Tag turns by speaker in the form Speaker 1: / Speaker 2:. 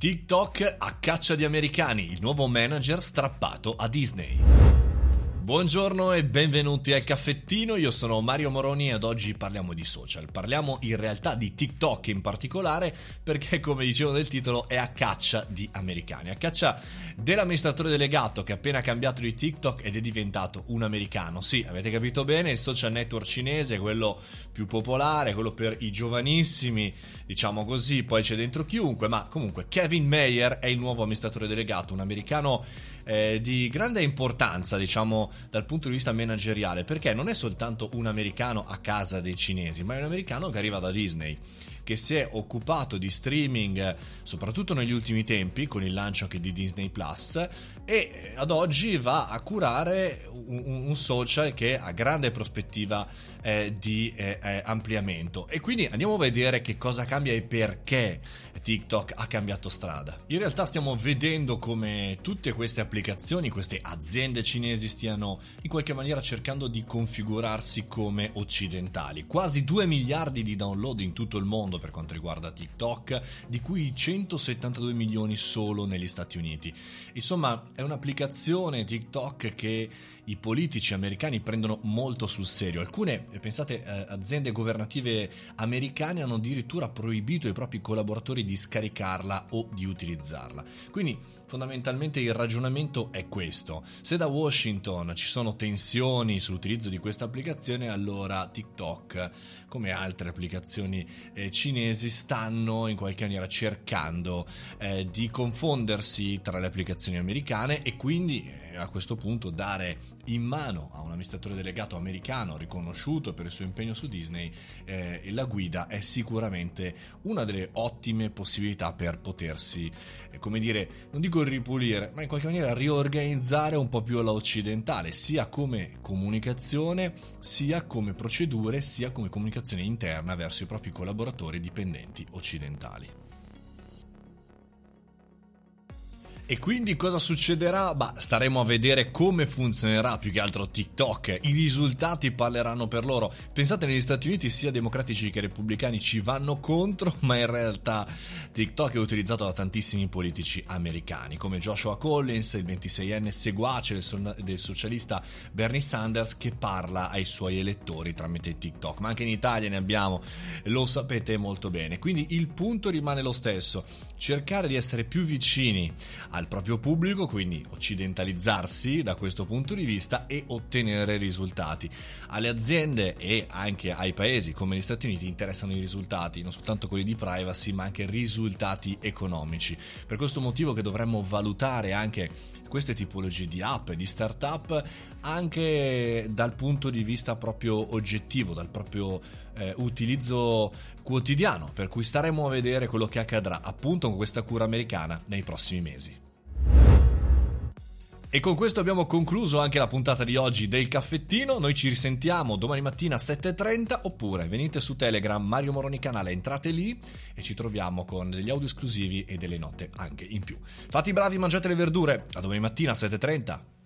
Speaker 1: TikTok a caccia di americani, il nuovo manager strappato a Disney. Buongiorno e benvenuti al caffettino, io sono Mario Moroni ed oggi parliamo di social. Parliamo in realtà di TikTok in particolare perché, come dicevo nel titolo, è a caccia di americani, a caccia dell'amministratore delegato che ha appena cambiato di TikTok ed è diventato un americano. Sì, avete capito bene, il social network cinese, quello più popolare, quello per i giovanissimi, diciamo così, poi c'è dentro chiunque, ma comunque Kevin Mayer è il nuovo amministratore delegato, un americano di grande importanza, diciamo, dal punto di vista manageriale, perché non è soltanto un americano a casa dei cinesi, ma è un americano che arriva da Disney, che si è occupato di streaming soprattutto negli ultimi tempi con il lancio anche di Disney Plus, e ad oggi va a curare un social che ha grande prospettiva di ampliamento. E quindi andiamo a vedere che cosa cambia e perché TikTok ha cambiato strada. In realtà stiamo vedendo come tutte queste applicazioni, queste aziende cinesi stiano in qualche maniera cercando di configurarsi come occidentali. Quasi 2 miliardi di download in tutto il mondo per quanto riguarda TikTok, di cui 172 milioni solo negli Stati Uniti. Insomma, è un'applicazione TikTok che i politici americani prendono molto sul serio. Alcune, pensate, aziende governative americane hanno addirittura proibito ai propri collaboratori di scaricarla o di utilizzarla. Quindi fondamentalmente il ragionamento è questo: se da Washington ci sono tensioni sull'utilizzo di questa applicazione, allora TikTok, come altre applicazioni cinesi, stanno in qualche maniera cercando di confondersi tra le applicazioni americane e quindi a questo punto dare in mano a un amministratore delegato americano riconosciuto per il suo impegno su Disney la guida è sicuramente una delle ottime possibilità per potersi, come dire, non dico ripulire, ma in qualche maniera riorganizzare un po' più alla occidentale, sia come comunicazione, sia come procedure, sia come comunicazione interna verso i propri collaboratori dipendenti occidentali. E quindi cosa succederà? Staremo a vedere come funzionerà più che altro TikTok. I risultati parleranno per loro. Pensate, negli Stati Uniti sia democratici che repubblicani ci vanno contro, ma in realtà TikTok è utilizzato da tantissimi politici americani, come Joshua Collins, il 26enne seguace del socialista Bernie Sanders, che parla ai suoi elettori tramite TikTok. Ma anche in Italia ne abbiamo, lo sapete molto bene. Quindi il punto rimane lo stesso: cercare di essere più vicini al proprio pubblico, quindi occidentalizzarsi da questo punto di vista e ottenere risultati. Alle aziende e anche ai paesi come gli Stati Uniti interessano i risultati, non soltanto quelli di privacy, ma anche risultati economici. Per questo motivo che dovremmo valutare anche queste tipologie di app e di startup anche dal punto di vista proprio oggettivo, dal proprio utilizzo quotidiano, per cui staremo a vedere quello che accadrà appunto con questa cura americana nei prossimi mesi. E con questo abbiamo concluso anche la puntata di oggi del caffettino. Noi ci risentiamo domani mattina a 7:30, oppure venite su Telegram, Mario Moroni Canale, entrate lì e ci troviamo con degli audio esclusivi e delle note anche in più. Fate i bravi, mangiate le verdure, a domani mattina a 7:30.